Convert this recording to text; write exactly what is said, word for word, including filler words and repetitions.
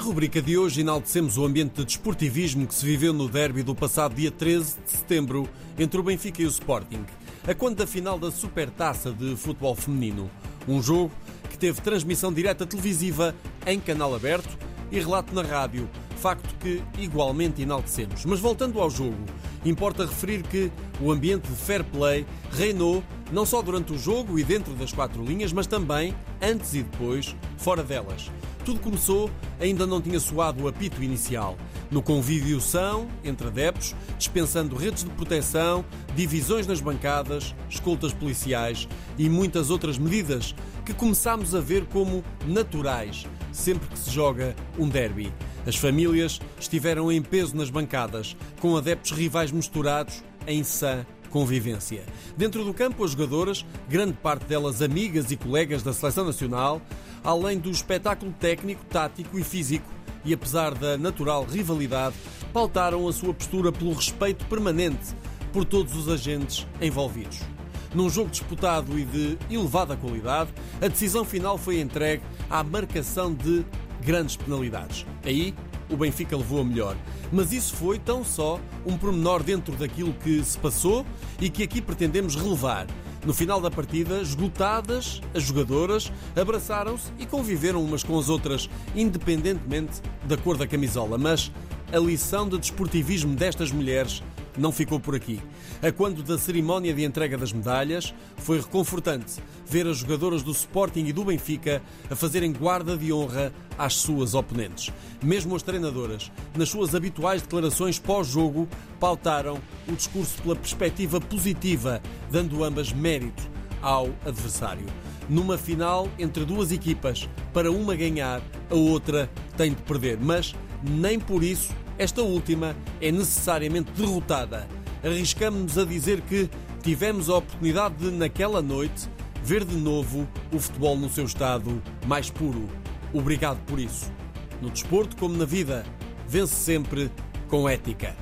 rubrica de hoje enaltecemos o ambiente de desportivismo que se viveu no derby do passado dia treze de setembro entre o Benfica e o Sporting, a quando da final da Supertaça de futebol feminino. Um jogo que teve transmissão direta televisiva em canal aberto e relato na rádio, facto que igualmente enaltecemos. Mas voltando ao jogo, importa referir que o ambiente de fair play reinou não só durante o jogo e dentro das quatro linhas, mas também antes e depois, fora delas. Tudo começou, ainda não tinha soado o apito inicial, no convívio são, entre adeptos, dispensando redes de proteção, divisões nas bancadas, escoltas policiais e muitas outras medidas que começámos a ver como naturais, sempre que se joga um derby. As famílias estiveram em peso nas bancadas, com adeptos rivais misturados em sã convivência. Dentro do campo, as jogadoras, grande parte delas amigas e colegas da Seleção Nacional, além do espetáculo técnico, tático e físico, e apesar da natural rivalidade, pautaram a sua postura pelo respeito permanente por todos os agentes envolvidos. Num jogo disputado e de elevada qualidade, a decisão final foi entregue à marcação de grandes penalidades. Aí, o Benfica levou a melhor. Mas isso foi tão só um pormenor dentro daquilo que se passou e que aqui pretendemos relevar. No final da partida, esgotadas, as jogadoras abraçaram-se e conviveram umas com as outras, independentemente da cor da camisola. Mas a lição de desportivismo destas mulheres não ficou por aqui. A quando da cerimónia de entrega das medalhas, foi reconfortante ver as jogadoras do Sporting e do Benfica a fazerem guarda de honra às suas oponentes. Mesmo as treinadoras, nas suas habituais declarações pós-jogo, pautaram o discurso pela perspectiva positiva, dando ambas mérito ao adversário. Numa final entre duas equipas, para uma ganhar, a outra tem de perder. Mas nem por isso esta última é necessariamente derrotada. Arriscamo-nos a dizer que tivemos a oportunidade de, naquela noite, ver de novo o futebol no seu estado mais puro. Obrigado por isso. No desporto, como na vida, vence sempre com ética.